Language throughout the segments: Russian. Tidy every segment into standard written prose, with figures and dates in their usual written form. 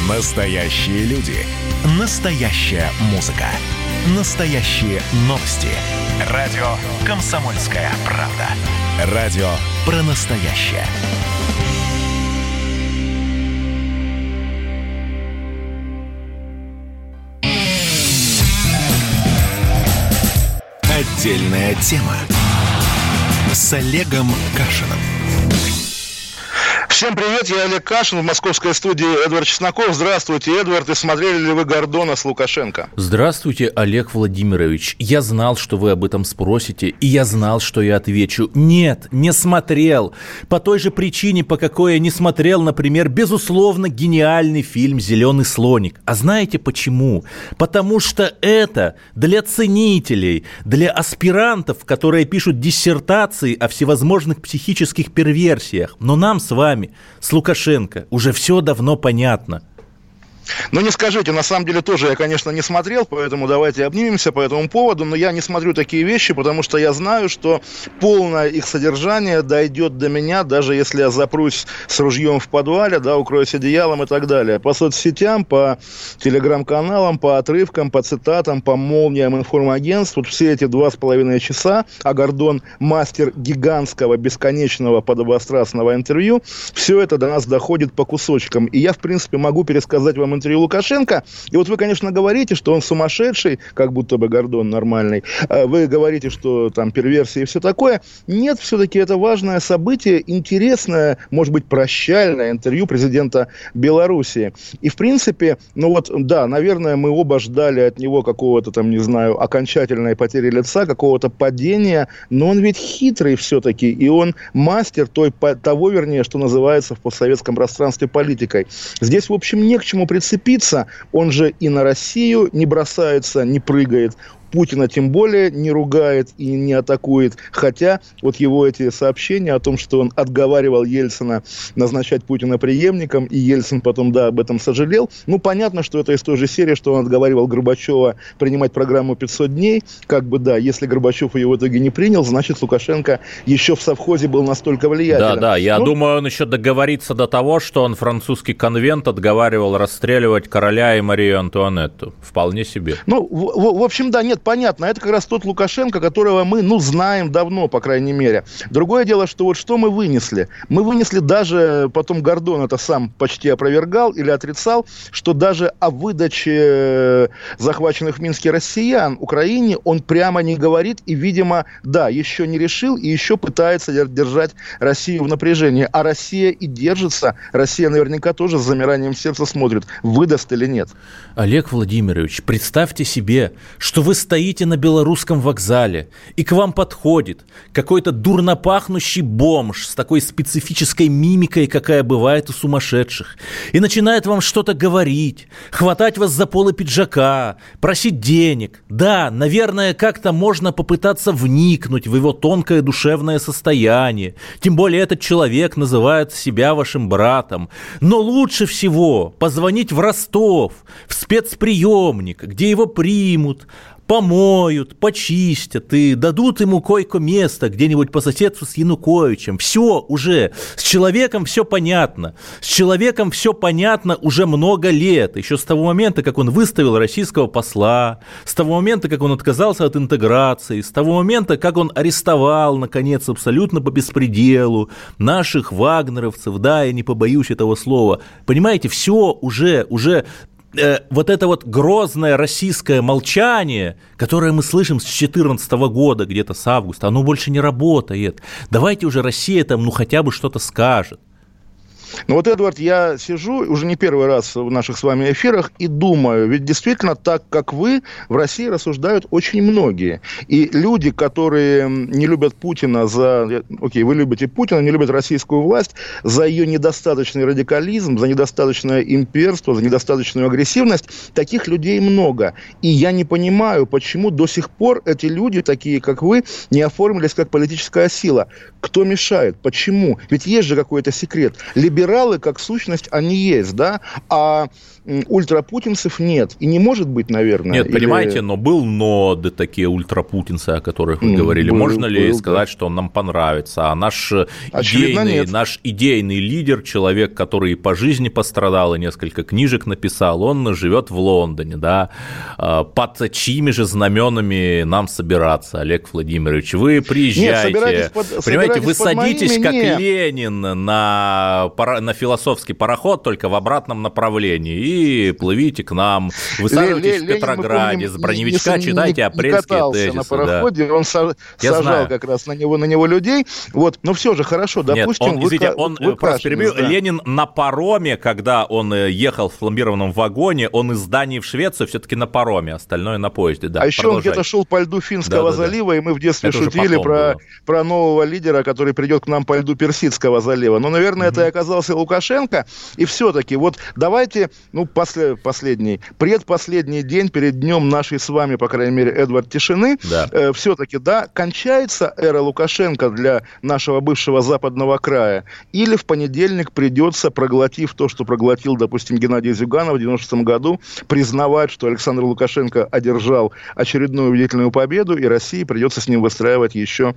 Настоящие люди. Настоящая музыка. Настоящие новости. Радио «Комсомольская правда». Радио про настоящее. Отдельная тема с Олегом Кашиным. Всем привет, я Олег Кашин, в московской студии Эдвард Чесноков. Здравствуйте, Эдвард, и смотрели ли вы «Гордона» с Лукашенко? Здравствуйте, Олег Владимирович. Я знал, что вы об этом спросите, и я знал, что я отвечу. Нет, не смотрел. По той же причине, по какой я не смотрел, например, безусловно, гениальный фильм «Зеленый слоник». А знаете почему? Потому что это для ценителей, для аспирантов, которые пишут диссертации о всевозможных психических перверсиях. Но нам с вами, с Лукашенко, уже все давно понятно. Ну, не скажите, на самом деле тоже я, конечно, не смотрел, поэтому давайте обнимемся по этому поводу, но я не смотрю такие вещи, потому что я знаю, что полное их содержание дойдет до меня, даже если я запрусь с ружьем в подвале, да, укроюсь одеялом и так далее. По соцсетям, по телеграм-каналам, по отрывкам, по цитатам, по молниям информагентств, вот все эти 2,5 часа, а Гордон мастер гигантского, бесконечного, подобострастного интервью, все это до нас доходит по кусочкам. И я, в принципе, могу пересказать вам интервью Лукашенко, и вот вы, конечно, говорите, что он сумасшедший, как будто бы Гордон нормальный, вы говорите, что там перверсия и все такое. Нет, все-таки это важное событие, интересное, может быть, прощальное интервью президента Белоруссии. И, в принципе, ну вот, да, наверное, мы оба ждали от него какого-то там, не знаю, окончательной потери лица, какого-то падения, но он ведь хитрый все-таки, и он мастер того, вернее, что называется в постсоветском пространстве политикой. Здесь, в общем, не к чему прицепиться, он же и на Россию не бросается, не прыгает. Путина тем более не ругает и не атакует, хотя вот его эти сообщения о том, что он отговаривал Ельцина назначать Путина преемником, и Ельцин потом, да, об этом сожалел, ну, понятно, что это из той же серии, что он отговаривал Горбачева принимать программу 500 дней, как бы, да, если Горбачев ее в итоге не принял, значит, Лукашенко еще в совхозе был настолько влиятелен. Да, я думаю, он еще договорится до того, что он французский конвент отговаривал расстреливать короля и Марию Антуанетту. Вполне себе. Ну, в общем, да, нет, понятно, это как раз тот Лукашенко, которого мы, знаем давно, по крайней мере. Другое дело, что вот что мы вынесли? Мы вынесли даже, потом Гордон это сам почти опровергал или отрицал, что даже о выдаче захваченных в Минске россиян Украине он прямо не говорит и, видимо, да, еще не решил и еще пытается держать Россию в напряжении. А Россия и держится, Россия наверняка тоже с замиранием сердца смотрит, выдаст или нет. Олег Владимирович, представьте себе, что вы стоите на белорусском вокзале, и к вам подходит какой-то дурно пахнущий бомж с такой специфической мимикой, какая бывает у сумасшедших, и начинает вам что-то говорить, хватать вас за полы пиджака, просить денег. Да, наверное, как-то можно попытаться вникнуть в его тонкое душевное состояние, тем более этот человек называет себя вашим братом. Но лучше всего позвонить в Ростов, в спецприемник, где его примут, помоют, почистят и дадут ему койко-место где-нибудь по соседству с Януковичем. Все уже. С человеком все понятно. С человеком все понятно уже много лет. Еще с того момента, как он выставил российского посла, с того момента, как он отказался от интеграции, с того момента, как он арестовал, наконец, абсолютно по беспределу наших вагнеровцев, да, я не побоюсь этого слова. Понимаете, все уже вот это вот грозное российское молчание, которое мы слышим с 2014 года, где-то с августа, оно больше не работает. Давайте уже Россия там, хотя бы что-то скажет. Ну вот, Эдвард, я сижу уже не первый раз в наших с вами эфирах и думаю, ведь действительно так, как вы, в России рассуждают очень многие. И люди, которые не любят Путина окей, вы любите Путина, не любят российскую власть за ее недостаточный радикализм, за недостаточное имперство, за недостаточную агрессивность, таких людей много. И я не понимаю, почему до сих пор эти люди, такие как вы, не оформились как политическая сила. Кто мешает? Почему? Ведь есть же какой-то секрет. либералы как сущность, они есть, да, а ультрапутинцев нет. И не может быть, наверное. Нет, понимаете, но был ноды такие ультрапутинцы, о которых вы говорили. Можно ли сказать, что он нам понравится? А наш идейный лидер, человек, который по жизни пострадал и несколько книжек написал, он живет в Лондоне, да, под чьими же знаменами нам собираться, Олег Владимирович? Вы приезжаете, понимаете, вы садитесь как Ленин на философский пароход, только в обратном направлении и плывите к нам, высаживайтесь в Петрограде, с броневичка читайте апрельские тезисы. На пароходе, да. Он сажал как раз на него людей, вот, но все же хорошо, допустим... Нет, он просто перебил, да. Ленин на пароме, когда он ехал в пломбированном вагоне, он из Дании в Швецию все-таки на пароме, остальное на поезде, да. А еще он где-то шел по льду Финского залива, и мы в детстве шутили про нового лидера, который придет к нам по льду Персидского залива. Но, наверное, это и оказался Лукашенко, и все-таки вот давайте, предпоследний день перед днем нашей с вами, по крайней мере, Эдвард Тишины, да. Все-таки, да, кончается эра Лукашенко для нашего бывшего западного края, или в понедельник придется, проглотив то, что проглотил, допустим, Геннадий Зюганов в 1996 году, признавать, что Александр Лукашенко одержал очередную убедительную победу, и России придется с ним выстраивать еще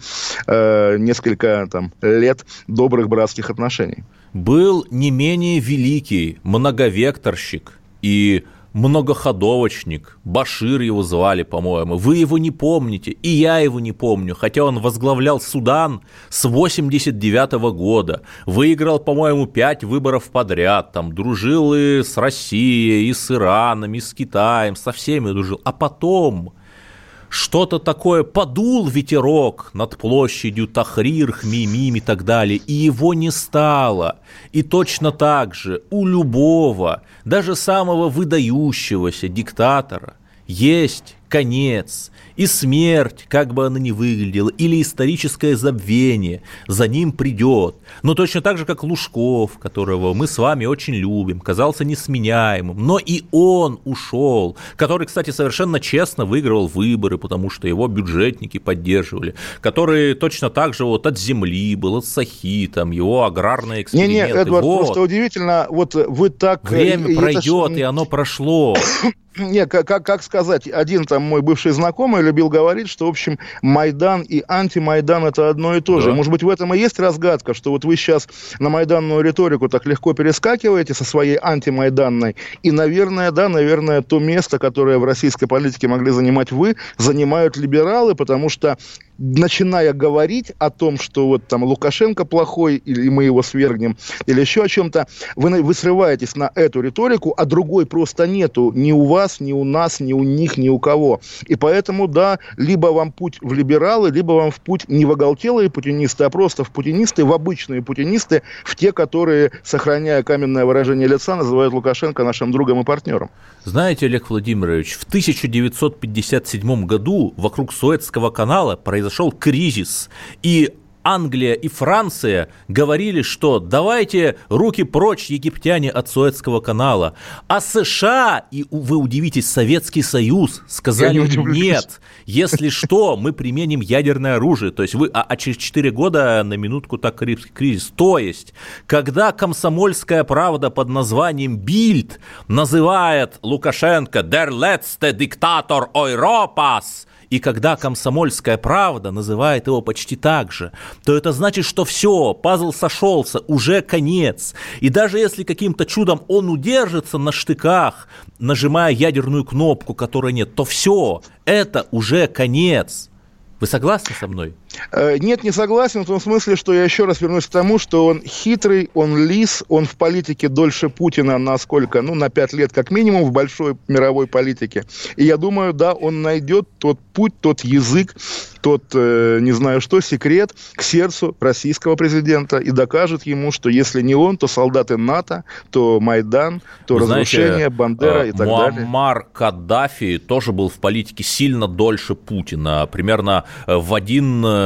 несколько лет добрых братских отношений. Был не менее великий многовекторщик и многоходовочник, Башир его звали, по-моему. Вы его не помните, и я его не помню, хотя он возглавлял Судан с 1989 года, выиграл, по-моему, 5 выборов подряд, дружил и с Россией, и с Ираном, и с Китаем, со всеми дружил, а потом... Что-то такое, подул ветерок над площадью Тахрир, Хмеймим и так далее, и его не стало. И точно так же у любого, даже самого выдающегося диктатора есть конец, и смерть, как бы она ни выглядела, или историческое забвение за ним придет. Но точно так же, как Лужков, которого мы с вами очень любим, казался несменяемым, но и он ушел, который, кстати, совершенно честно выигрывал выборы, потому что его бюджетники поддерживали, который точно так же от земли был, от Сахи, его аграрные эксперименты. Не, Эдвард, просто удивительно, вот вы так... Время пройдет, и оно прошло. Не, как сказать, один мой бывший знакомый любил говорить, что, в общем, Майдан и антимайдан – это одно и то же. Да. Может быть, в этом и есть разгадка, что вот вы сейчас на майданную риторику так легко перескакиваете со своей антимайданной, и, наверное, то место, которое в российской политике могли занимать вы, занимают либералы, потому что, начиная говорить о том, что вот Лукашенко плохой, или мы его свергнем, или еще о чем-то, вы срываетесь на эту риторику, а другой просто нету ни у вас, ни у нас, ни у них, ни у кого. И поэтому, да, либо вам путь в либералы, либо вам в путь не в оголтелые путинисты, а просто в путинисты, в обычные путинисты, в те, которые, сохраняя каменное выражение лица, называют Лукашенко нашим другом и партнером. Знаете, Олег Владимирович, в 1957 году вокруг Суэцкого канала произошел кризис, и Англия и Франция говорили, что давайте руки прочь, египтяне, от Суэцкого канала. А США, и вы удивитесь, Советский Союз сказали нет, если что, мы применим ядерное оружие. То есть через 4 года на минутку так Карибский кризис. То есть, когда «Комсомольская правда» под названием «Бильд» называет Лукашенко «Der letzte Diktator Europas», и когда «Комсомольская правда» называет его почти так же, то это значит, что все, пазл сошелся, уже конец. И даже если каким-то чудом он удержится на штыках, нажимая ядерную кнопку, которой нет, то все, это уже конец. Вы согласны со мной? Нет, не согласен, в том смысле, что я еще раз вернусь к тому, что он хитрый, он лис, он в политике дольше Путина на сколько? На 5 лет как минимум в большой мировой политике. И я думаю, да, он найдет тот путь, тот язык, тот, не знаю что, секрет к сердцу российского президента и докажет ему, что если не он, то солдаты НАТО, то Майдан, то разрушение, Бандера и так далее. Муаммар Каддафи тоже был в политике сильно дольше Путина. Примерно в один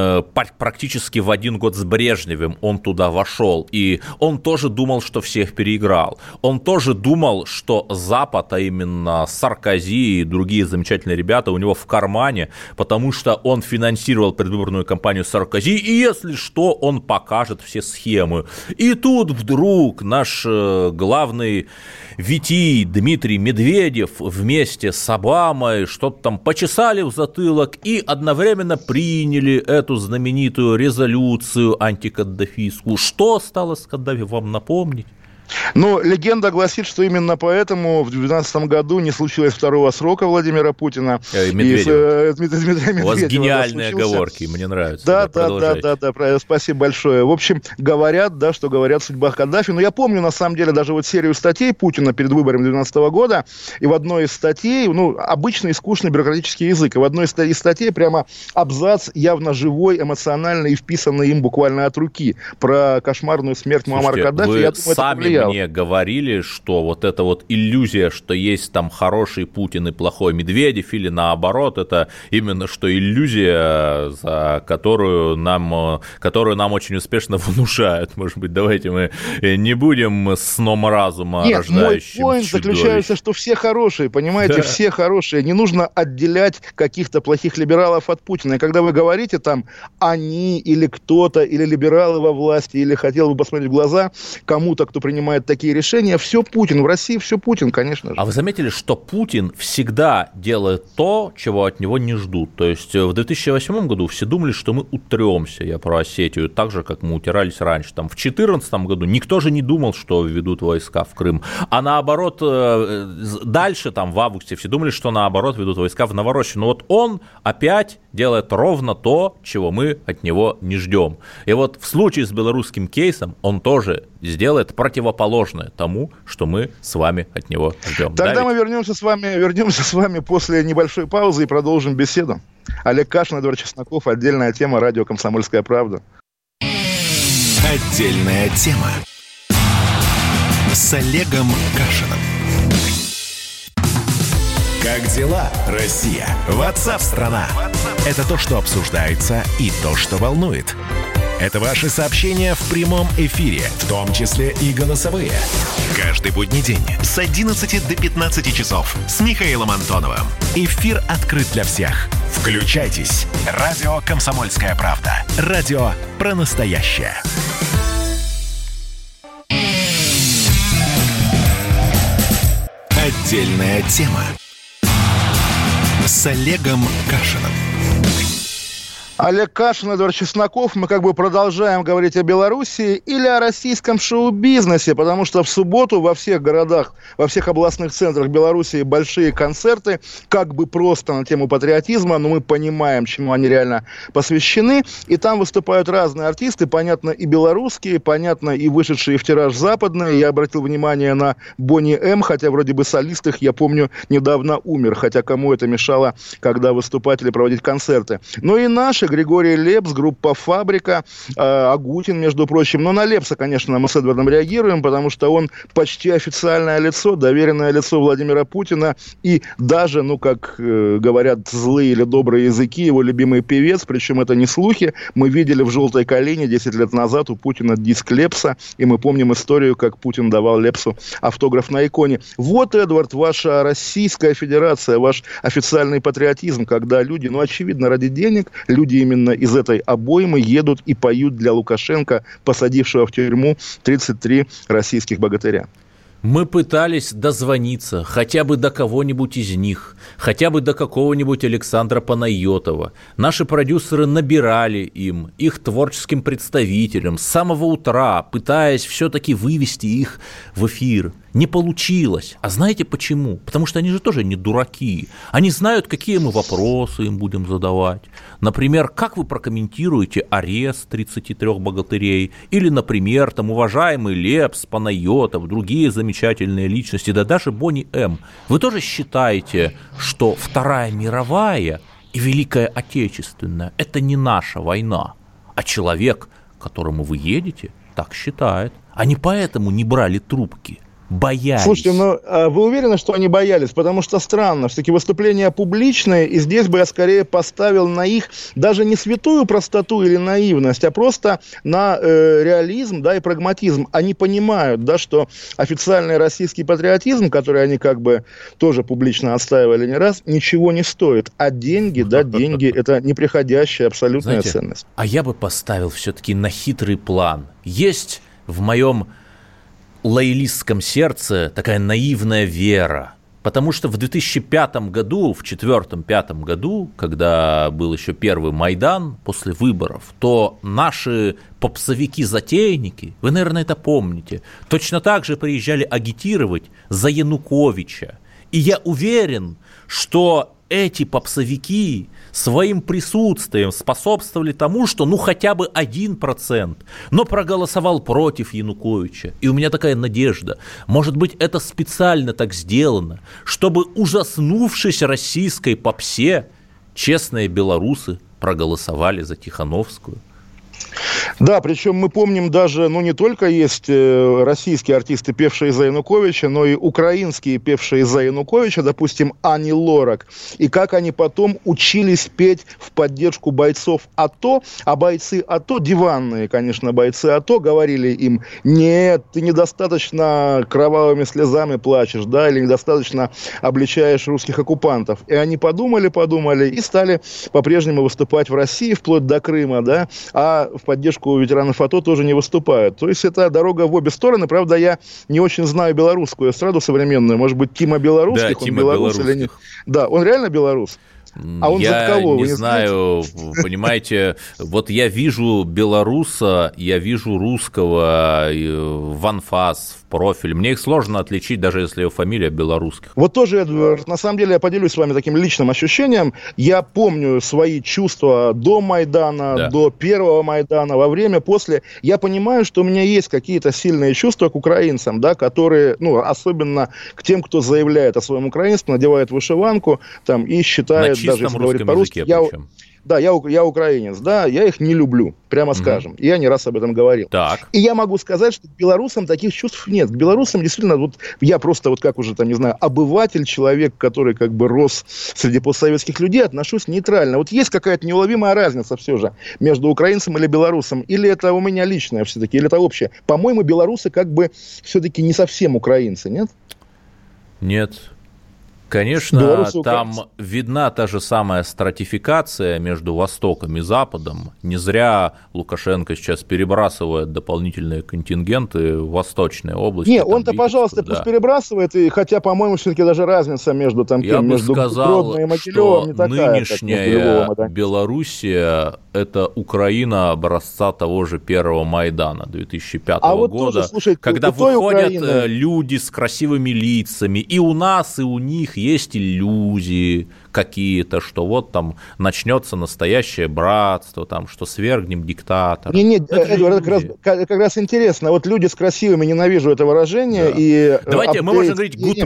практически в один год с Брежневым он туда вошел, и он тоже думал, что всех переиграл. Он тоже думал, что Запад, а именно Саркози и другие замечательные ребята у него в кармане, потому что он финансировал предвыборную кампанию Саркози, и если что, он покажет все схемы. И тут вдруг наш главный витий Дмитрий Медведев вместе с Обамой что-то там почесали в затылок и одновременно приняли эту знаменитую резолюцию антикаддафистскую. Что стало с Каддафи, вам напомнить? Ну, легенда гласит, что именно поэтому в 2012 году не случилось второго срока Владимира Путина. Медведева. Дмитрия Медведева. У вас гениальные оговорки, мне нравится. Да, спасибо большое. В общем, говорят, да, что говорят судьба Каддафи. Но я помню, на самом деле, даже вот серию статей Путина перед выборами 2012 года, и в одной из статей, обычный и скучный бюрократический язык, и в одной из статей прямо абзац явно живой, эмоциональный и вписанный им буквально от руки про кошмарную смерть Муаммара Каддафи. Вы я думаю, сами мне говорили, что вот эта вот иллюзия, что есть там хороший Путин и плохой Медведев, или наоборот, это именно что иллюзия, за которую нам очень успешно внушают. Может быть, давайте мы не будем сном разума рождающим мой поинт заключается, что все хорошие, понимаете, все хорошие. Не нужно отделять каких-то плохих либералов от Путина. И когда вы говорите там они или кто-то, или либералы во власти, или хотел бы посмотреть в глаза кому-то, кто принимает такие решения, все Путин. В России все Путин, конечно же. А вы заметили, что Путин всегда делает то, чего от него не ждут? То есть в 2008 году все думали, что мы утремся, я про Осетию, так же, как мы утирались раньше. Там, в 2014 году никто же не думал, что введут войска в Крым. А наоборот, дальше, там, в августе, все думали, что наоборот ведут войска в Новороссию. Но вот он опять делает ровно то, чего мы от него не ждем. И вот в случае с белорусским кейсом он тоже сделает противоположное тому, что мы с вами от него ждем. Тогда мы вернемся с вами после небольшой паузы и продолжим беседу. Олег Кашин, Эдуард Чесноков, отдельная тема, радио «Комсомольская правда». Отдельная тема с Олегом Кашиным. Как дела, Россия? WhatsApp-страна. Это то, что обсуждается, и то, что волнует. Это ваши сообщения в прямом эфире, в том числе и голосовые. Каждый будний день с 11 до 15 часов с Михаилом Антоновым. Эфир открыт для всех. Включайтесь. Радио «Комсомольская правда». Радио про настоящее. Отдельная тема с Олегом Кашиным. Олег Кашин, Эдуард Чесноков. Мы как бы продолжаем говорить о Белоруссии или о российском шоу-бизнесе, потому что в субботу во всех городах, во всех областных центрах Белоруссии большие концерты, как бы просто на тему патриотизма, но мы понимаем, чему они реально посвящены. И там выступают разные артисты, понятно, и белорусские, понятно, и вышедшие в тираж западные. Я обратил внимание на Бонни М, хотя вроде бы солист их, я помню, недавно умер, хотя кому это мешало, когда выступать или проводить концерты. Ну и наши, Григорий Лепс, группа «Фабрика», Агутин, между прочим. Но на Лепса, конечно, мы с Эдвардом реагируем, потому что он почти официальное лицо, доверенное лицо Владимира Путина. И даже, как говорят злые или добрые языки, его любимый певец, причем это не слухи. Мы видели в «Желтой калине» 10 лет назад у Путина диск Лепса, и мы помним историю, как Путин давал Лепсу автограф на иконе. Вот, Эдвард, ваша Российская Федерация, ваш официальный патриотизм, когда люди, очевидно, ради денег, люди именно из этой обоймы едут и поют для Лукашенко, посадившего в тюрьму 33 российских богатыря. Мы пытались дозвониться хотя бы до кого-нибудь из них, хотя бы до какого-нибудь Александра Панайотова. Наши продюсеры набирали им, их творческим представителям, с самого утра, пытаясь все-таки вывести их в эфир. Не получилось. А знаете почему? Потому что они же тоже не дураки. Они знают, какие мы вопросы им будем задавать. Например, как вы прокомментируете арест 33 богатырей? Или, например, уважаемый Лепс, Панайотов, другие замечательные личности, да даже Бонни М. Вы тоже считаете, что Вторая мировая и Великая Отечественная – это не наша война, а человек, к которому вы едете, так считает. Они поэтому не брали трубки. боялись. Слушайте, но вы уверены, что они боялись? Потому что странно, все-таки выступления публичные, и здесь бы я скорее поставил на их даже не святую простоту или наивность, а просто на реализм, да, и прагматизм. Они понимают, да, что официальный российский патриотизм, который они как бы тоже публично отстаивали не раз, ничего не стоит. А деньги, да, деньги – это неприходящая абсолютная ценность. А я бы поставил все-таки на хитрый план. Есть в моем лоялистском сердце такая наивная вера. Потому что в 2005 году, в 2004-2005 году, когда был еще первый Майдан после выборов, то наши попсовики-затейники, вы, наверное, это помните, точно так же приезжали агитировать за Януковича. И я уверен, что эти попсовики своим присутствием способствовали тому, что хотя бы 1%, но проголосовал против Януковича. И у меня такая надежда. Может быть, это специально так сделано, чтобы, ужаснувшись российской попсе, честные белорусы проголосовали за Тихановскую. Да, причем мы помним даже, не только есть российские артисты, певшие за Януковича, но и украинские, певшие за Януковича, допустим, Ани Лорак, и как они потом учились петь в поддержку бойцов АТО, а бойцы АТО, диванные, конечно, бойцы АТО, говорили им: нет, ты недостаточно кровавыми слезами плачешь, да, или недостаточно обличаешь русских оккупантов. И они подумали и стали по-прежнему выступать в России, вплоть до Крыма, да, а в поддержку ветеранов АТО тоже не выступают. То есть это дорога в обе стороны. Правда, я не очень знаю белорусскую эстраду современную. Может быть, Тима Белорусских? Да, Тима Белорусских. Или нет? Да, он реально белорус? А он я за кого? Не знаю, понимаете, вот я вижу белоруса, я вижу русского в анфас, в профиль. Мне их сложно отличить, даже если его фамилия белорусских. Вот тоже, Эдвард, на самом деле я поделюсь с вами таким личным ощущением. Я помню свои чувства до Майдана, да, до первого Майдана, во время, после. Я понимаю, что у меня есть какие-то сильные чувства к украинцам, да, которые, особенно к тем, кто заявляет о своем украинстве, надевает вышиванку там, и считает, даже если говорит по-русски, я украинец, да, я их не люблю, прямо скажем. И я не раз об этом говорил. Так. И я могу сказать, что к белорусам таких чувств нет. К белорусам действительно, я просто как уже там, не знаю, обыватель, человек, который как бы рос среди постсоветских людей, отношусь нейтрально. Вот есть какая-то неуловимая разница все же между украинцем или белорусом, или это у меня личное все-таки, или это общее. По-моему, белорусы как бы все-таки не совсем украинцы, нет? Нет. Конечно, там видна та же самая стратификация между Востоком и Западом. Не зря Лукашенко сейчас перебрасывает дополнительные контингенты в восточные области. Не, он-то, пожалуйста, пусть перебрасывает, и хотя, по-моему, все-таки даже разница между между Гродно и Могилевым не такая. Нынешняя Белоруссия – это Украина образца того же первого Майдана 2005 года, тоже, слушай, когда выходят люди с красивыми лицами, и у нас, и у них есть иллюзии какие-то, что вот там начнется настоящее братство, там, что свергнем диктатора. Нет, это как раз интересно. Вот люди с красивыми, ненавижу это выражение. Да. И давайте, мы можем говорить good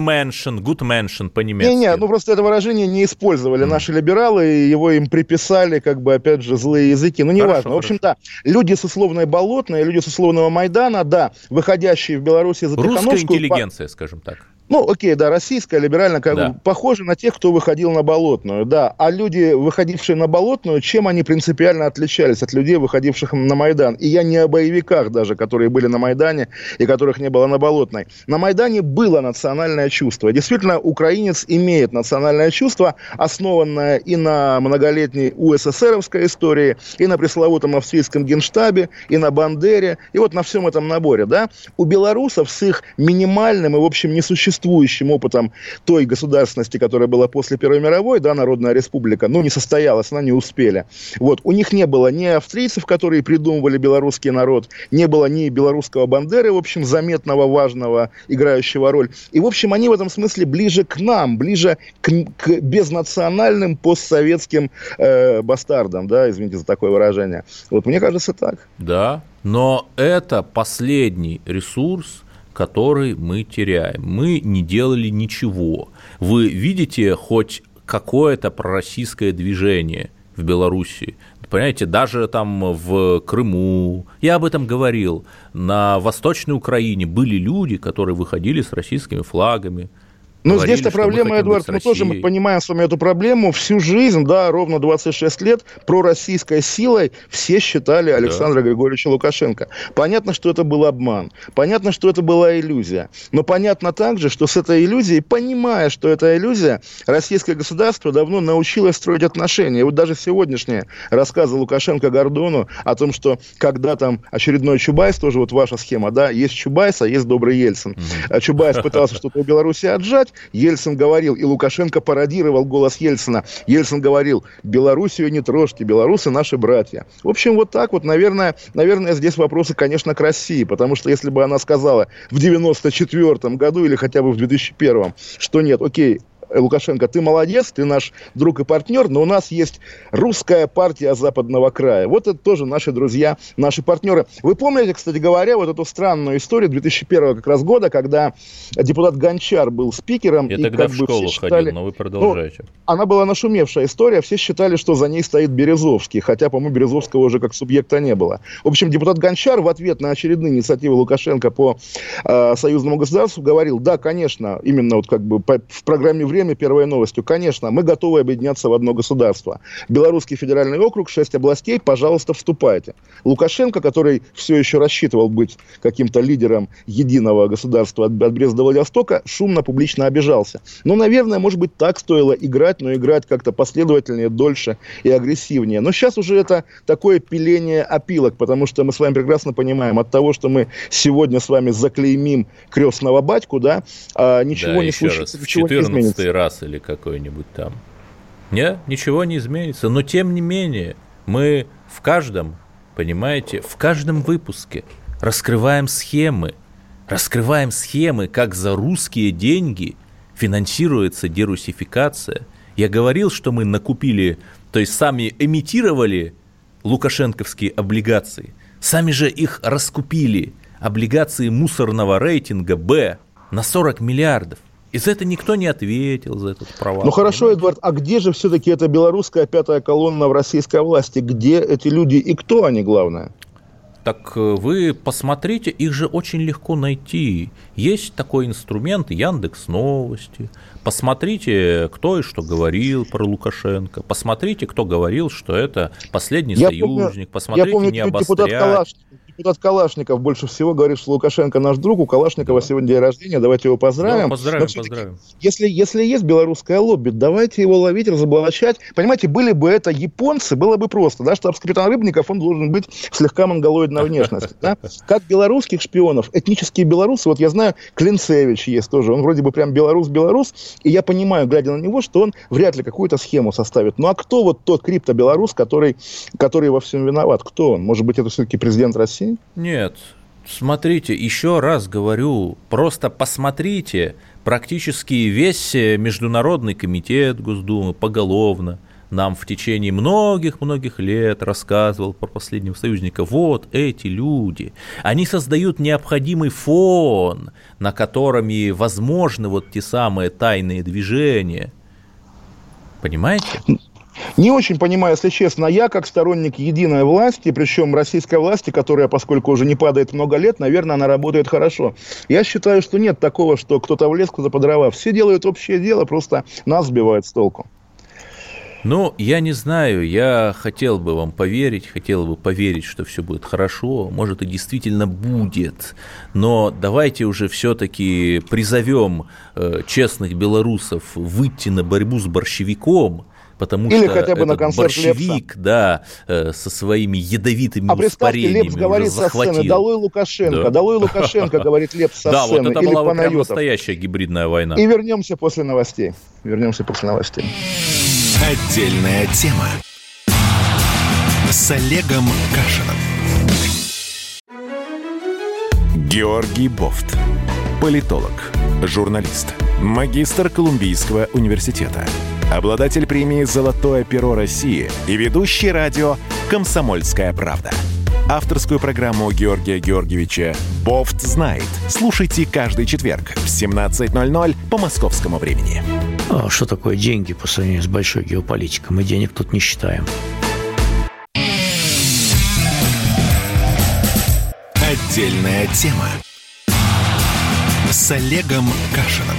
mention по-немецки. Не, просто это выражение не использовали наши либералы, и его им приписали, как бы, опять же, злые языки. Неважно. В общем, да, люди с условной Болотной, люди с условного Майдана, да, выходящие в Беларуси за Тихановскую... Русская интеллигенция, скажем так. Окей, да, российская, либеральная, похожа на тех, кто выходил на Болотную, да. А люди, выходившие на Болотную, чем они принципиально отличались от людей, выходивших на Майдан? И я не о боевиках даже, которые были на Майдане и которых не было на Болотной. На Майдане было национальное чувство. Действительно, украинец имеет национальное чувство, основанное и на многолетней УССРовской истории, и на пресловутом австрийском генштабе, и на Бандере, и вот на всем этом наборе, да. У белорусов с их минимальным и, в общем, несуществующим опытом той государственности, которая была после Первой мировой, да, Народная Республика, не состоялась, она не успели. Вот. У них не было ни австрийцев, которые придумывали белорусский народ, не было ни белорусского Бандеры, в общем, заметного, важного, играющего роль. И, в общем, они в этом смысле ближе к нам, ближе к безнациональным постсоветским бастардам, да, извините за такое выражение. Вот мне кажется так. Да, но это последний ресурс, который мы теряем. Мы не делали ничего. Вы видите хоть какое-то пророссийское движение в Белоруссии? Понимаете, даже там в Крыму, я об этом говорил, на Восточной Украине были люди, которые выходили с российскими флагами. Ну, здесь-то проблема, Эдуард, мы тоже понимаем с вами эту проблему. Всю жизнь, да, ровно 26 лет, пророссийской силой все считали Александра Григорьевича Лукашенко. Понятно, что это был обман. Понятно, что это была иллюзия. Но понятно также, что с этой иллюзией, понимая, что это иллюзия, российское государство давно научилось строить отношения. И вот даже сегодняшние рассказы Лукашенко Гордону о том, что когда там очередной Чубайс, тоже вот ваша схема, да, есть Чубайс, а есть добрый Ельцин. Чубайс пытался что-то у Беларуси отжать, Ельцин говорил, и Лукашенко пародировал голос Ельцина. Ельцин говорил: Белоруссию не трожьте, белорусы наши братья. В общем, вот так вот, наверное, здесь вопросы, конечно, к России, потому что если бы она сказала в 94-м году или хотя бы в 2001-м, что нет, окей, Лукашенко, ты молодец, ты наш друг и партнер, но у нас есть русская партия Западного края. Вот это тоже наши друзья, наши партнеры. Вы помните, кстати говоря, вот эту странную историю 2001 как раз года, когда депутат Гончар был спикером. Я тогда в школу ходил, но вы продолжаете. Она была нашумевшая история, все считали, что за ней стоит Березовский, хотя, по-моему, Березовского уже как субъекта не было. В общем, депутат Гончар в ответ на очередные инициативы Лукашенко по союзному государству говорил: да, конечно, именно вот как бы в программе «Время» первой новостью, конечно, мы готовы объединяться в одно государство. Белорусский федеральный округ, 6 областей, пожалуйста, вступайте. Лукашенко, который все еще рассчитывал быть каким-то лидером единого государства от Бреста до Владивостока, шумно, публично обижался. Но, наверное, может быть, так стоило играть, но играть как-то последовательнее, дольше и агрессивнее. Но сейчас уже это такое пиление опилок, потому что мы с вами прекрасно понимаем, от того, что мы сегодня с вами заклеймим крестного батьку, да, ничего не случится, ничего не изменится. Раз или какой-нибудь там. Нет, ничего не изменится. Но тем не менее, мы в каждом, понимаете, в каждом выпуске раскрываем схемы, как за русские деньги финансируется дерусификация. Я говорил, что мы накупили, то есть сами эмитировали лукашенковские облигации, сами же их раскупили, облигации мусорного рейтинга «Б» на 40 миллиардов. И за это никто не ответил, за этот провал. Ну хорошо, Эдуард, а где же все-таки эта белорусская пятая колонна в российской власти? Где эти люди и кто они, главное? Так вы посмотрите, их же очень легко найти. Есть такой инструмент Яндекс.Новости. Посмотрите, кто и что говорил про Лукашенко. Посмотрите, кто говорил, что это последний союзник. Посмотрите, не обострять. Депутат Калашников больше всего говорит, что Лукашенко наш друг, у Калашникова сегодня день рождения, давайте его поздравим. Да, поздравим. Если есть белорусское лобби, давайте его ловить, разоблачать. Понимаете, были бы это японцы, было бы просто, да, штабс-капитан Рыбников, он должен быть слегка монголоидной внешности, да? Как белорусских шпионов, этнические белорусы, вот я знаю, Клинцевич есть тоже, он вроде бы прям белорус, и я понимаю, глядя на него, что он вряд ли какую-то схему составит. Ну а кто вот тот криптобелорус, который во всем виноват? Кто он? Может быть, это все-таки президент России? Нет, смотрите, еще раз говорю, просто посмотрите, практически весь Международный комитет Госдумы поголовно нам в течение многих-многих лет рассказывал про последнего союзника. Вот эти люди, они создают необходимый фон, на котором и возможны вот те самые тайные движения. Понимаете? Не очень понимаю, если честно. Я, как сторонник единой власти, причем российской власти, которая, поскольку уже не падает много лет, наверное, она работает хорошо. Я считаю, что нет такого, что кто-то влез, кто-то по дрова. Все делают общее дело, просто нас сбивают с толку. Ну, я не знаю, я хотел бы вам поверить, что все будет хорошо, может и действительно будет, но давайте уже все-таки призовем честных белорусов выйти на борьбу с борщевиком, потому или что хотя бы этот на концерт борщевик, Лепса. Да, со своими ядовитыми успарениями Лепс говорит со сцены: долой Лукашенко, долой Лукашенко, говорит Лепс со сцены. Да, вот это или была прям настоящая гибридная война. И вернемся после новостей. Отдельная тема с Олегом Кашиным. Георгий Бофт. Политолог, журналист, магистр Колумбийского университета, обладатель премии «Золотое перо России» и ведущий радио «Комсомольская правда». Авторскую программу Георгия Георгиевича «Бофт знает». Слушайте каждый четверг в 17:00 по московскому времени. А что такое деньги по сравнению с большой геополитикой? Мы денег тут не считаем. Отдельная тема с Олегом Кашиным.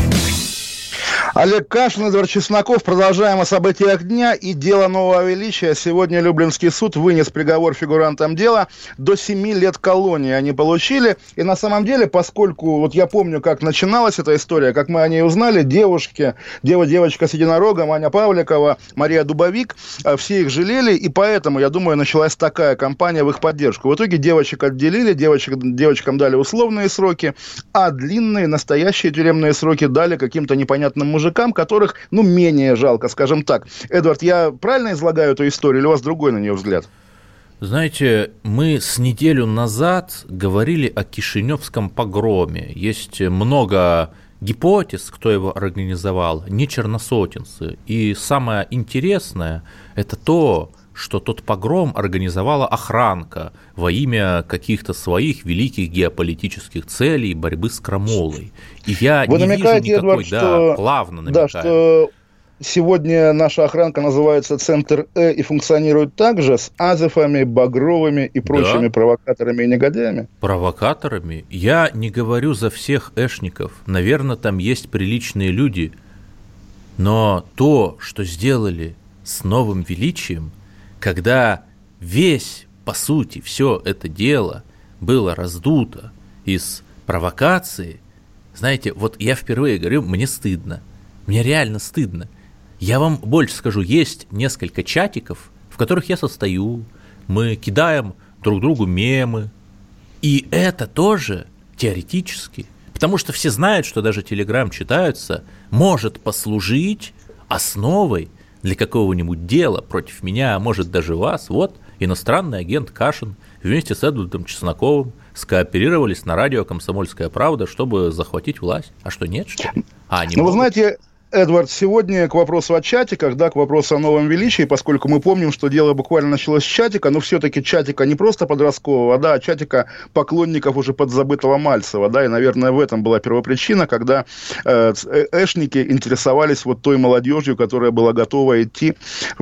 Олег Кашин, Эдвард Чесноков. Продолжаем о событиях дня и дело нового величия. Сегодня Люблинский суд вынес приговор фигурантам дела. До 7 лет колонии они получили. И на самом деле, поскольку вот я помню, как начиналась эта история, как мы о ней узнали, девочка с единорогом, Аня Павликова, Мария Дубовик, все их жалели. И поэтому, я думаю, началась такая кампания в их поддержку. В итоге девочек отделили, девочкам дали условные сроки, а длинные, настоящие тюремные сроки дали каким-то непонятным мужикам, которых, менее жалко, скажем так. Эдвард, я правильно излагаю эту историю, или у вас другой на нее взгляд? Знаете, мы с неделю назад говорили о Кишиневском погроме. Есть много гипотез, кто его организовал, не черносотенцы. И самое интересное – это то, что тот погром организовала охранка во имя каких-то своих великих геополитических целей борьбы с крамолой. И я не вижу никакой, Эдвард, плавно намекаю. Да, что сегодня наша охранка называется Центр и функционирует также с Азефами, Багровыми и прочими провокаторами и негодяями. Провокаторами? Я не говорю за всех эшников. Наверное, там есть приличные люди. Но то, что сделали с новым величием, когда весь, по сути, все это дело было раздуто из провокации, знаете, вот я впервые говорю, мне стыдно, мне реально стыдно. Я вам больше скажу, есть несколько чатиков, в которых я состою, мы кидаем друг другу мемы, и это тоже теоретически, потому что все знают, что даже Телеграм читаются, может послужить основой для какого-нибудь дела против меня, а может даже вас. Вот иностранный агент Кашин вместе с Эдвардом Чесноковым скооперировались на радио «Комсомольская правда», чтобы захватить власть. А что, нет, что ли? Вы знаете, Эдвард, сегодня к вопросу о чатиках, к вопросу о новом величии, поскольку мы помним, что дело буквально началось с чатика, но все-таки чатика не просто подросткового, а чатика поклонников уже подзабытого Мальцева, и, наверное, в этом была первопричина, когда эшники интересовались вот той молодежью, которая была готова идти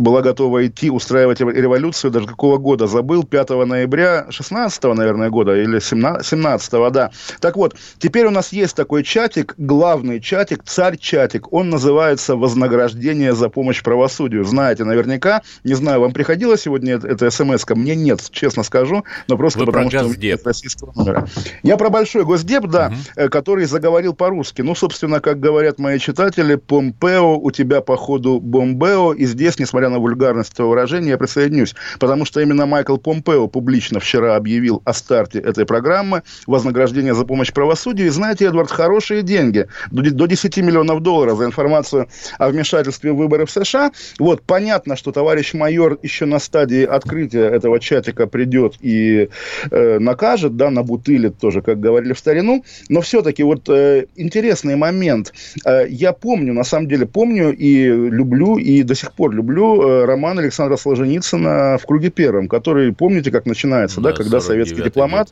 устраивать революцию, даже какого года, забыл, 5 ноября 16-го, наверное, года, или 17-го, да. Так вот, теперь у нас есть такой чатик, главный чатик, царь-чатик, он называется «Вознаграждение за помощь правосудию». Знаете наверняка. Не знаю, вам приходила сегодня эта смс-ка? Мне нет, честно скажу. Но просто вы потому, про что Госдеп. Российского номера. Я про Большой Госдеп, который заговорил по-русски. Собственно, как говорят мои читатели, Помпео, у тебя, походу, бомбео. И здесь, несмотря на вульгарность этого выражения, я присоединюсь. Потому что именно Майкл Помпео публично вчера объявил о старте этой программы «Вознаграждение за помощь правосудию». И знаете, Эдвард, хорошие деньги. До 10 миллионов долларов за информацию о вмешательстве в выборы в США. Вот, понятно, что товарищ майор еще на стадии открытия этого чатика придет и накажет, набутылит тоже, как говорили в старину. Но все-таки вот интересный момент. Я помню, на самом деле помню и люблю, и до сих пор люблю роман Александра Солженицына «В круге первом», который, помните, как начинается, когда советский дипломат,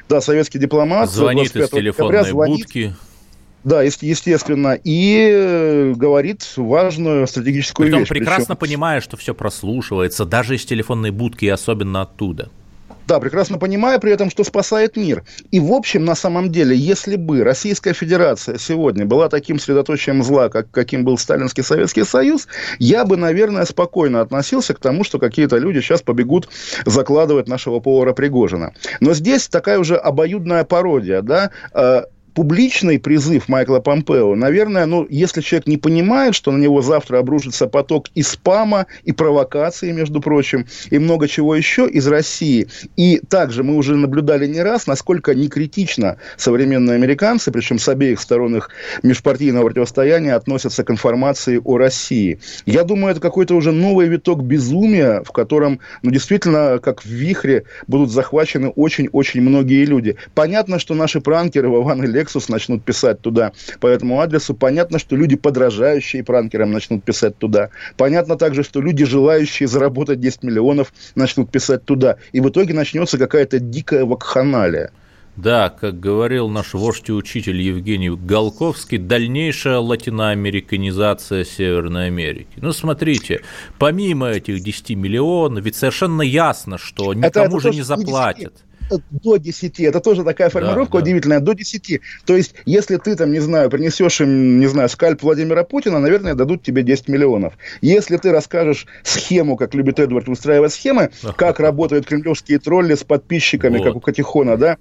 звонит из телефонной будки. Да, естественно, и говорит важную стратегическую вещь. Прекрасно понимая, что все прослушивается, даже из телефонной будки и особенно оттуда. Да, прекрасно понимая при этом, что спасает мир. И, в общем, на самом деле, если бы Российская Федерация сегодня была таким средоточием зла, каким был Сталинский Советский Союз, я бы, наверное, спокойно относился к тому, что какие-то люди сейчас побегут закладывать нашего повара Пригожина. Но здесь такая уже обоюдная пародия, публичный призыв Майкла Помпео, наверное, если человек не понимает, что на него завтра обрушится поток и спама, и провокаций, между прочим, и много чего еще из России. И также мы уже наблюдали не раз, насколько некритично современные американцы, причем с обеих сторон их межпартийного противостояния, относятся к информации о России. Я думаю, это какой-то уже новый виток безумия, в котором, действительно, как в вихре, будут захвачены очень-очень многие люди. Понятно, что наши пранкеры, Вован и Лексус, начнут писать туда по этому адресу. Понятно, что люди, подражающие пранкерам, начнут писать туда. Понятно также, что люди, желающие заработать 10 миллионов, начнут писать туда. И в итоге начнется какая-то дикая вакханалия. Да, как говорил наш вождь и учитель Евгений Голковский, дальнейшая латиноамериканизация Северной Америки. Смотрите, помимо этих 10 миллионов, ведь совершенно ясно, что никому же не заплатят. До 10. Это тоже такая формировка удивительная. До 10. То есть, если ты там, не знаю, принесешь им, не знаю, скальп Владимира Путина, наверное, дадут тебе 10 миллионов. Если ты расскажешь схему, как любит Эдвард устраивать схемы, как работают кремлевские тролли с подписчиками, как у Катихона, да,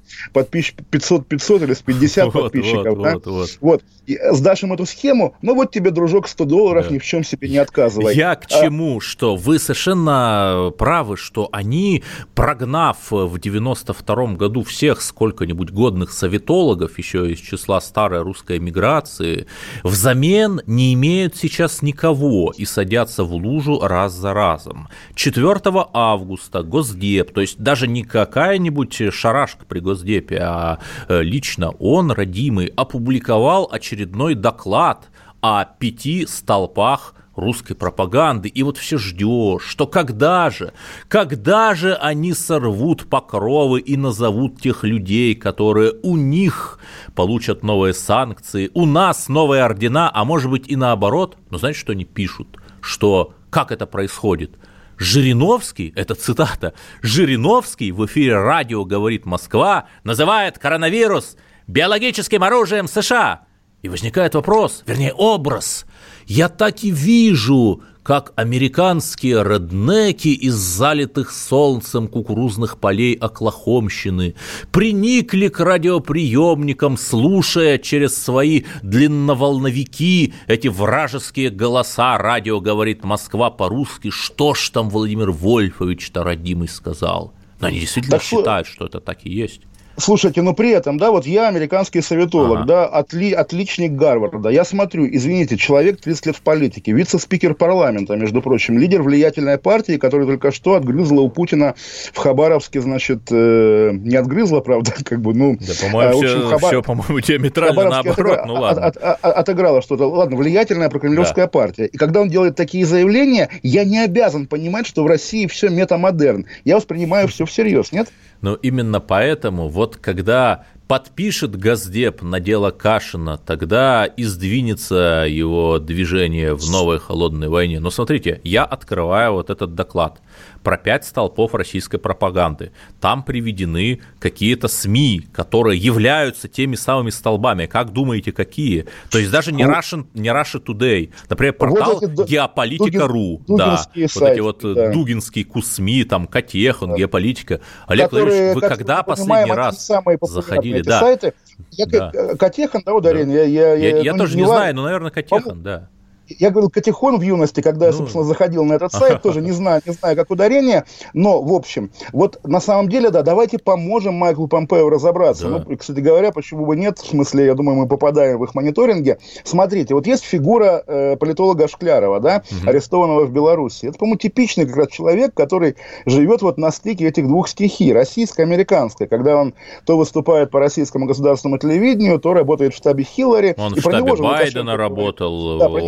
500 или с 50 подписчиков, да? Вот. И сдашь им эту схему, ну вот тебе, дружок, $100, ни в чем себе не отказывай. Я к чему? Что вы совершенно правы, что они, прогнав в 92-м году всех сколько-нибудь годных советологов, еще из числа старой русской эмиграции, взамен не имеют сейчас никого и садятся в лужу раз за разом. 4 августа Госдеп, то есть даже не какая-нибудь шарашка при Госдепе, а лично он, родимый, опубликовал очередной доклад о 5 столпах русской пропаганды. И вот все ждешь, что когда же они сорвут покровы и назовут тех людей, которые у них получат новые санкции, у нас новые ордена, а может быть и наоборот. Но знаете, что они пишут? Что как это происходит? Жириновский, это цитата, Жириновский в эфире радио «Говорит Москва» называет коронавирус биологическим оружием США. И возникает вопрос, вернее образ. Я так и вижу, как американские реднеки из залитых солнцем кукурузных полей Оклахомщины приникли к радиоприемникам, слушая через свои длинноволновики эти вражеские голоса. Радио «Говорит Москва» по-русски. Что ж там Владимир Вольфович-то родимый сказал? Но они действительно считают, что это так и есть. Слушайте, но при этом, да, вот я американский советолог, да, отличник Гарварда. Я смотрю, извините, человек 30 лет в политике, вице-спикер парламента, между прочим, лидер влиятельной партии, которая только что отгрызла у Путина в Хабаровске, значит, не отгрызла, правда, как бы, ну... Да, по-моему, все, по-моему, диаметрально наоборот, ну ладно. Отыграла что-то. Ладно, влиятельная прокремлевская партия. И когда он делает такие заявления, я не обязан понимать, что в России все метамодерн. Я воспринимаю все всерьез, нет? Но именно поэтому, вот когда подпишет Госдеп на дело Кашина, тогда и сдвинется его движение в новой холодной войне. Но смотрите, я открываю вот этот доклад про 5 столпов российской пропаганды. Там приведены какие-то СМИ, которые являются теми самыми столбами. Как думаете, какие? То есть даже не Russia Today, например, портал Геополитика.ру, да, вот эти вот дугинские КУСМИ, там Катехон, Геополитика. Олег Владимирович, вы когда последний раз заходили? Да. Сайты. Катехон, да, ударение? Я тоже не знаю, но, наверное, Катехон, да. Я говорил Катехон в юности, когда я, собственно, заходил на этот сайт, тоже не знаю, как ударение, но, в общем, вот на самом деле, да, давайте поможем Майклу Помпео разобраться. Да. Ну, кстати говоря, почему бы нет, в смысле, я думаю, мы попадаем в их мониторинге. Смотрите, вот есть фигура политолога Шклярова, да, арестованного в Беларуси. Это, по-моему, типичный как раз человек, который живет вот на стыке этих двух стихий, российско-американской, когда он то выступает по российскому государственному телевидению, то работает в штабе Хиллари. Он в штабе Байдена работал, да,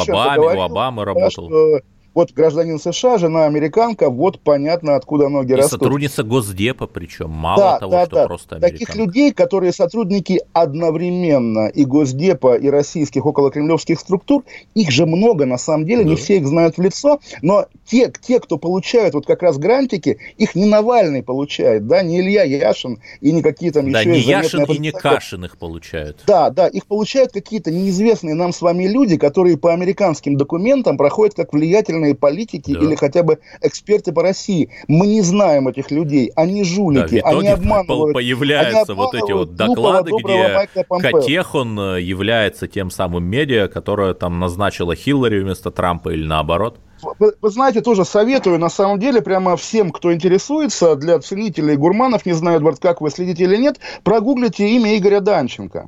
у Обамы работал. Вот гражданин США, жена американка, вот понятно, откуда ноги растут. И сотрудница Госдепа, причем, мало того, что просто американка. Таких людей, которые сотрудники одновременно и Госдепа, и российских околокремлевских структур, их же много, на самом деле, не все их знают в лицо, но те, кто получают вот как раз грантики, их не Навальный получает, да, не Илья Яшин и не какие там еще... Да, не Яшин и не Кашин их получают. Да, их получают какие-то неизвестные нам с вами люди, которые по американским документам проходят как влиятельные политики или хотя бы эксперты по России. Мы не знаем этих людей, они жулики, они обманывают. Появляются вот эти вот доклады, где Катехон является тем самым медиа, которое там назначила Хиллари вместо Трампа или наоборот. Вы знаете, тоже советую, на самом деле, прямо всем, кто интересуется, для ценителей гурманов, не знаю, Эдвард, как вы следите или нет, прогуглите имя Игоря Данченко.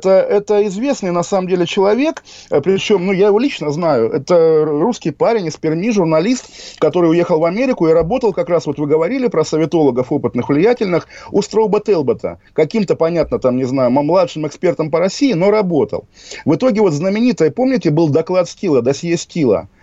Это известный, на самом деле, человек, причем, ну, я его лично знаю, это русский парень из Перми, журналист, который уехал в Америку и работал как раз, вот вы говорили про советологов опытных, влиятельных, у Строуба Телбота, каким-то, понятно, там, не знаю, младшим экспертом по России, но работал. В итоге вот знаменитый, помните, был доклад Стила, досье Стила,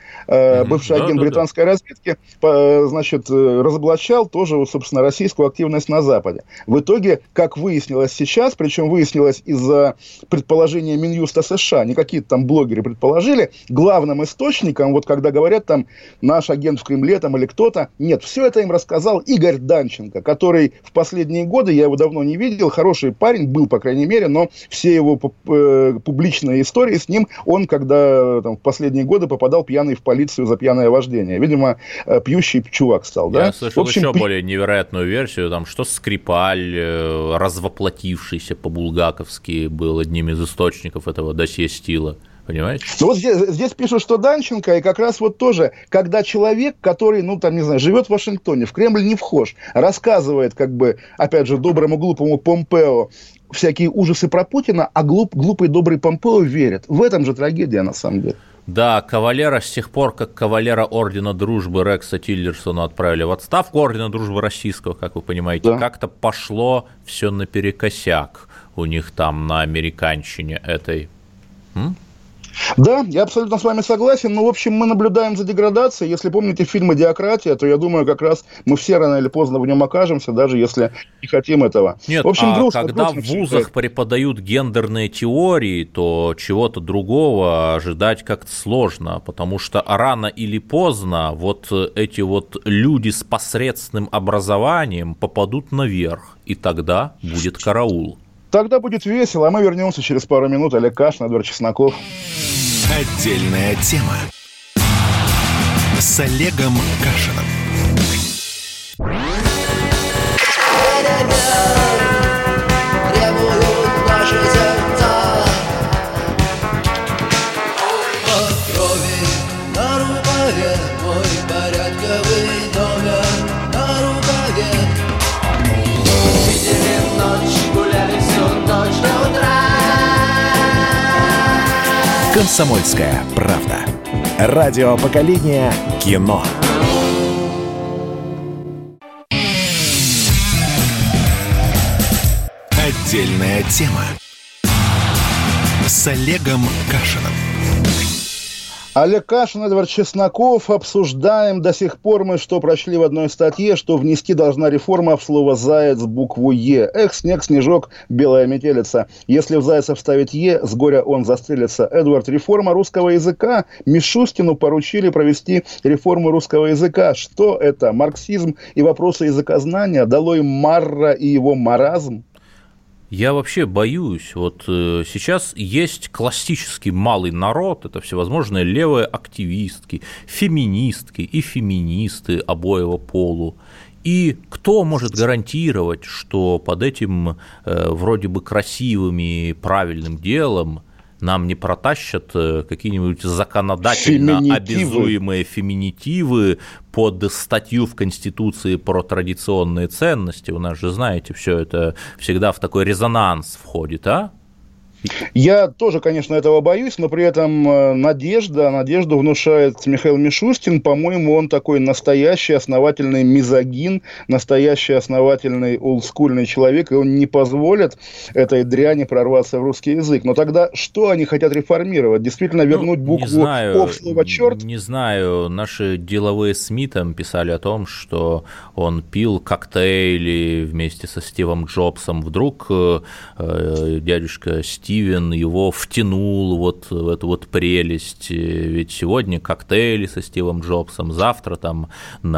бывший агент британской разведки, значит, разоблачал тоже, собственно, российскую активность на Западе. В итоге, как выяснилось сейчас, причем выяснилось из-за предположения Минюста США, не какие-то там блогеры предположили, главным источником, вот когда говорят там наш агент в Кремле там или кто-то, нет, все это им рассказал Игорь Данченко, который в последние годы, я его давно не видел, хороший парень был, по крайней мере, но все его публичные истории с ним, он, когда там, в последние годы попадал пьяный в полицию за пьяное вождение. Видимо, пьющий чувак стал, да? Я слышал еще более невероятную версию, там, что Скрипаль, развоплотившийся по-булгаковски, был одним из источников этого досье Стила. Понимаете? Ну вот здесь пишут, что Данченко, и как раз вот тоже, когда человек, который, ну, там, не знаю, живет в Вашингтоне, в Кремль не вхож, рассказывает, как бы, опять же, доброму глупому Помпео всякие ужасы про Путина, а глупый добрый Помпео верит. В этом же трагедия, на самом деле. Да, кавалера с тех пор, как кавалера Ордена Дружбы Рекса Тиллерсона отправили в отставку, Ордена Дружбы Российского, как вы понимаете, да, как-то пошло все наперекосяк у них там на американщине этой. Да, я абсолютно с вами согласен. Но, в общем, мы наблюдаем за деградацией. Если помните фильм «Идиократия», то, я думаю, как раз мы все рано или поздно в нем окажемся, даже если не хотим этого. Нет, в общем, когда в вузах преподают гендерные теории, то чего-то другого ожидать как-то сложно, потому что рано или поздно вот эти вот люди с посредственным образованием попадут наверх, и тогда будет караул. Тогда будет весело, а мы вернемся через пару минут. Олег Кашин, Эдвард Чесноков. Отдельная тема с Олегом Кашиным. «Комсомольская правда». Радио поколения кино. Отдельная тема с Олегом Кашиным. Олег Кашин, Эдвард Чесноков. Обсуждаем до сих пор мы, что прочли в одной статье, что внести должна реформа в слово «заяц» букву «Е». Эх, снег, снежок, белая метелица. Если в зайца вставить «Е», с горя он застрелится. Эдвард, реформа русского языка. Мишустину поручили провести реформу русского языка. Что это? Марксизм и вопросы языкознания? Долой Марра и его маразм? Я вообще боюсь, вот сейчас есть классический малый народ, это всевозможные левые активистки, феминистки и феминисты обоего полу. И кто может гарантировать, что под этим вроде бы красивым и правильным делом нам не протащат какие-нибудь законодательно обязуемые феминитивы под статью в Конституции про традиционные ценности? У нас же, знаете, все это всегда в такой резонанс входит, а? Я тоже, конечно, этого боюсь, но при этом надежду внушает Михаил Мишустин. По-моему, он такой настоящий основательный мизогин, настоящий основательный олдскульный человек, и он не позволит этой дряни прорваться в русский язык. Но тогда что они хотят реформировать? Действительно вернуть букву «О» в слово «черт»? Не знаю. Наши деловые СМИ там писали о том, что он пил коктейли вместе со Стивом Джобсом. Вдруг дядюшка Стивен его втянул вот в эту вот прелесть, ведь сегодня коктейли со Стивом Джобсом, завтра там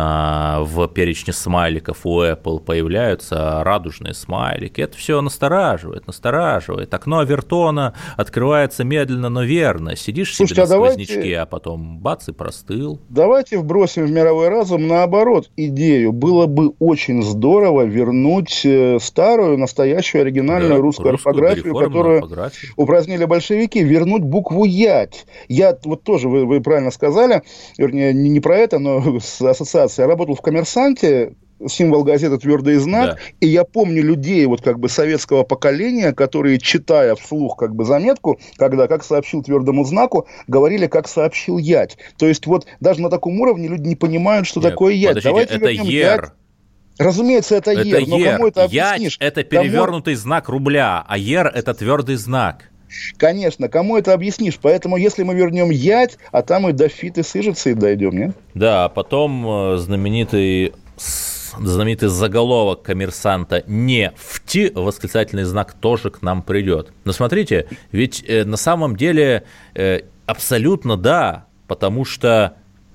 в перечне смайликов у Apple появляются радужные смайлики, это все настораживает, окно Авертона открывается медленно, но верно, сидишь себе на сквознячке, а потом бац и простыл. Давайте вбросим в мировой разум наоборот идею, было бы очень здорово вернуть старую, настоящую, оригинальную русскую орфографию, которую упразднили большевики, вернуть букву «ять». Я вот тоже, вы правильно сказали, вернее, не про это, но с ассоциацией. Я работал в «Коммерсанте», символ газеты «Твердый знак», да. И я помню людей вот как бы советского поколения, которые, читая вслух как бы заметку, когда как сообщил «Твердому знаку», говорили, как сообщил «ять». То есть вот даже на таком уровне люди не понимают, что такое «ять». Подождите, это «ер». Разумеется, это «ер», но кому это объяснишь? Ять – это перевернутый знак рубля, а «ер» – это твердый знак. Конечно, кому это объяснишь? Поэтому, если мы вернем ять, а там и до фиты сыжицы дойдем, нет? Да, а потом знаменитый заголовок «Коммерсанта» «Нефть», восклицательный знак, тоже к нам придет. Но смотрите, ведь на самом деле абсолютно да, потому что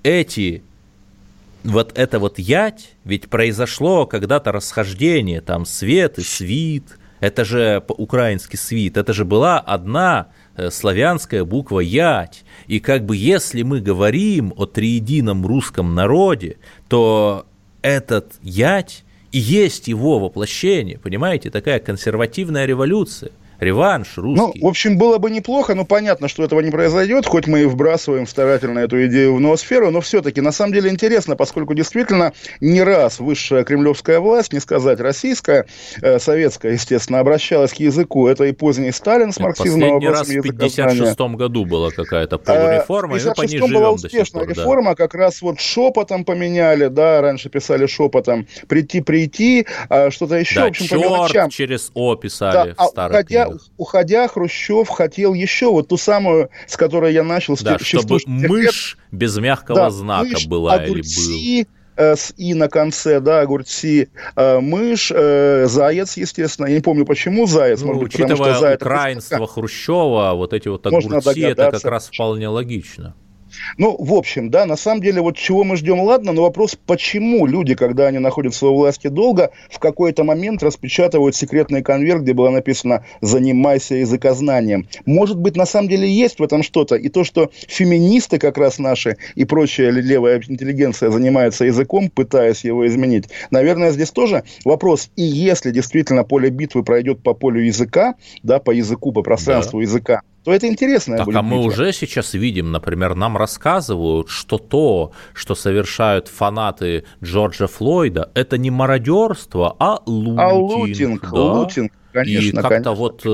эта ять, ведь произошло когда-то расхождение, там свет и свит, это же по-украински свит, это же была одна славянская буква ять. И как бы если мы говорим о триедином русском народе, то этот ять и есть его воплощение, понимаете, такая консервативная революция. Реванш русский. Ну, в общем, было бы неплохо, но понятно, что этого не произойдет, хоть мы и вбрасываем старательно эту идею в ноосферу, но все-таки, на самом деле, интересно, поскольку действительно не раз высшая кремлевская власть, не сказать российская, советская, естественно, обращалась к языку. Это и поздний Сталин с марксизмом. Последний раз в 1956 году была какая-то полуреформа, и мы по ней живем была до сих пор. Реформа, да. Как раз вот шопотом поменяли, да, раньше писали шепотом, прийти, что-то еще, да, в общем, по мелочам. Через О писали, да, в старых книгах. Уходя, Хрущев хотел еще вот ту самую, с которой я начал. Да, чтобы мышь без мягкого знака была огурцы, или был. С «и» на конце, да, огурцы, мышь, заяц, естественно. Я не помню, почему заяц. Ну, может быть, учитывая потому что заяц украинство Хрущева, вот эти вот огурцы, это как раз вполне логично. Ну, в общем, да, на самом деле, вот чего мы ждем, ладно, но вопрос, почему люди, когда они находятся у власти долго, в какой-то момент распечатывают секретный конверт, где было написано «занимайся языкознанием». Может быть, на самом деле есть в этом что-то, и то, что феминисты как раз наши и прочая левая интеллигенция занимаются языком, пытаясь его изменить, наверное, здесь тоже вопрос, и если действительно поле битвы пройдет по полю языка, да, по языку, по пространству языка, то это интересно. Так, а мы уже сейчас видим, например, нам рассказывают, что то, что совершают фанаты Джорджа Флойда, это не мародерство, а лутинг. Лутинг, конечно. И как-то вот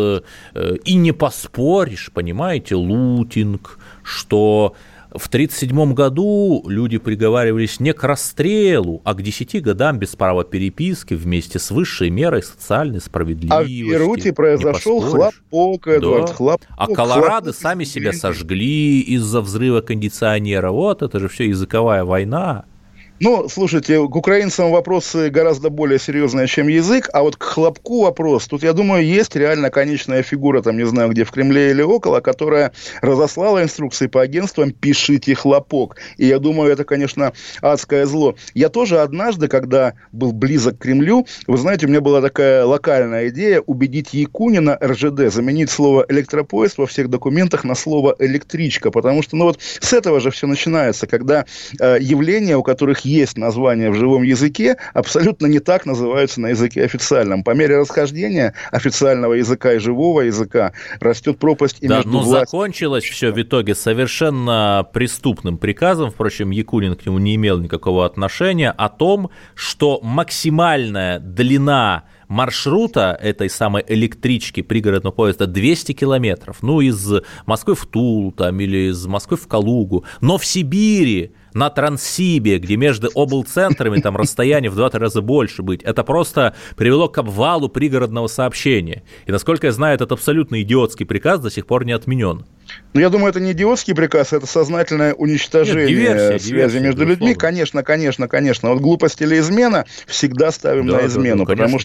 и не поспоришь, понимаете, лутинг, что в 1937 году люди приговаривались не к расстрелу, а к 10 годам без права переписки вместе с высшей мерой социальной справедливости. А в Бейруте произошел хлопок, Эдвард, да. Хлопок. А Колорадо сами себя сожгли из-за взрыва кондиционера. Вот это же все языковая война. Ну, слушайте, к украинцам вопросы гораздо более серьезные, чем язык, а вот к хлопку вопрос. Тут, я думаю, есть реально конечная фигура, там, не знаю, где, в Кремле или около, которая разослала инструкции по агентствам «пишите хлопок». И я думаю, это, конечно, адское зло. Я тоже однажды, когда был близок к Кремлю, вы знаете, у меня была такая локальная идея убедить Якунина, РЖД, заменить слово «электропоезд» во всех документах на слово «электричка», потому что, ну вот, с этого же все начинается, когда явления, у которых есть название в живом языке, абсолютно не так называются на языке официальном. По мере расхождения официального языка и живого языка растет пропасть и между властью. Да, но закончилось все в итоге совершенно преступным приказом, впрочем, Якунин к нему не имел никакого отношения, о том, что максимальная длина маршрута этой самой электрички пригородного поезда 200 километров. Ну, из Москвы в Тулу там, или из Москвы в Калугу. Но в Сибири, на Транссибе, где между облцентрами там расстояние в 2-3 раза больше быть, это просто привело к обвалу пригородного сообщения. И, насколько я знаю, этот абсолютно идиотский приказ до сих пор не отменен. Ну, я думаю, это не идиотский приказ, это сознательное уничтожение связи между людьми. Конечно. Вот глупость или измена всегда ставим на измену,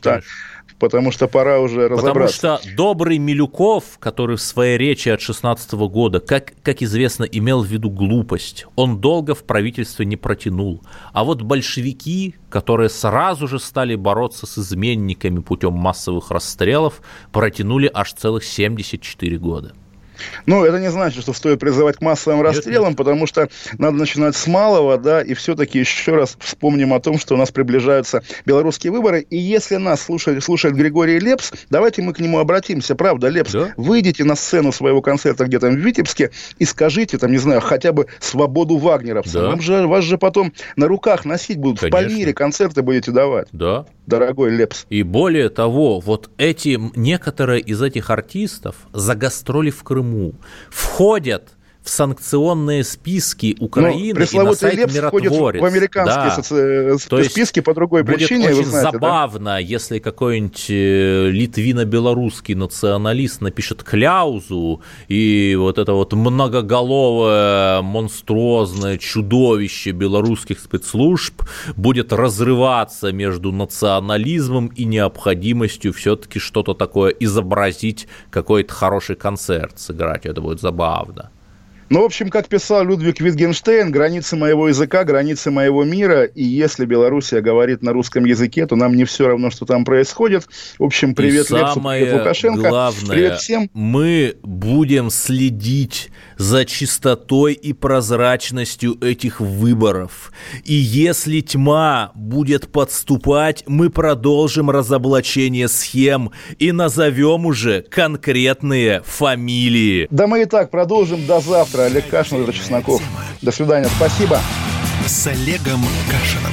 потому что пора уже разобраться. Потому что добрый Милюков, который в своей речи от 2016 года, как известно, имел в виду глупость, он долго в правительстве не протянул. А вот большевики, которые сразу же стали бороться с изменниками путем массовых расстрелов, протянули аж целых 74 года. Ну, это не значит, что стоит призывать к массовым расстрелам, потому что надо начинать с малого, да, и все-таки еще раз вспомним о том, что у нас приближаются белорусские выборы, и если нас слушает Григорий Лепс, давайте мы к нему обратимся, правда, Лепс, да? Выйдите на сцену своего концерта где-то в Витебске и скажите, там, не знаю, хотя бы «Свободу вагнеровцам». Да. Вас же потом на руках носить будут, конечно. В Пальмире концерты будете давать. Да. Дорогой Лепс. И более того, вот некоторые из этих артистов за гастроли в Крыму входят в санкционные списки Украины и на сайт Лепс «Миротворец». В американские списки по другой причине. Будет очень знаете, забавно, если какой-нибудь литвино-белорусский националист напишет кляузу, и вот это вот многоголовое, монструозное чудовище белорусских спецслужб будет разрываться между национализмом и необходимостью все-таки что-то такое изобразить, какой-то хороший концерт сыграть. Это будет забавно. Ну, в общем, как писал Людвиг Витгенштейн, границы моего языка, границы моего мира, и если Белоруссия говорит на русском языке, то нам не все равно, что там происходит. В общем, привет Лепсу, привет Лукашенко. Главное, привет всем. Мы будем следить за чистотой и прозрачностью этих выборов. И если тьма будет подступать, мы продолжим разоблачение схем и назовем уже конкретные фамилии. Да мы и так продолжим до завтра. Олег Кашин, Владимир Чесноков. До свидания. Спасибо. С Олегом Кашиным.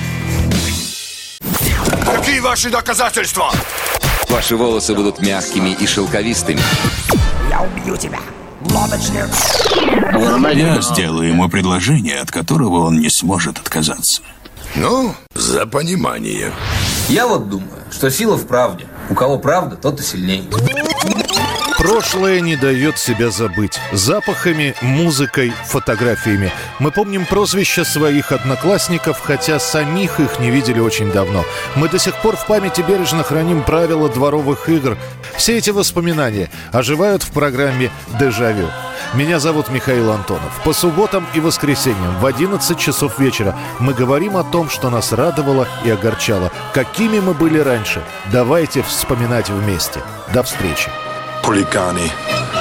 Какие ваши доказательства? Ваши волосы будут мягкими и шелковистыми. Я убью тебя, лодочник. Я сделаю ему предложение, от которого он не сможет отказаться. Ну, за понимание. Я вот думаю, что сила в правде. У кого правда, тот и сильней. Прошлое не дает себя забыть. Запахами, музыкой, фотографиями. Мы помним прозвища своих одноклассников, хотя самих их не видели очень давно. Мы до сих пор в памяти бережно храним правила дворовых игр. Все эти воспоминания оживают в программе «Дежавю». Меня зовут Михаил Антонов. По субботам и воскресеньям в 11 часов вечера мы говорим о том, что нас радовало и огорчало. Какими мы были раньше. Давайте вспоминать вместе. До встречи. Хулиганы.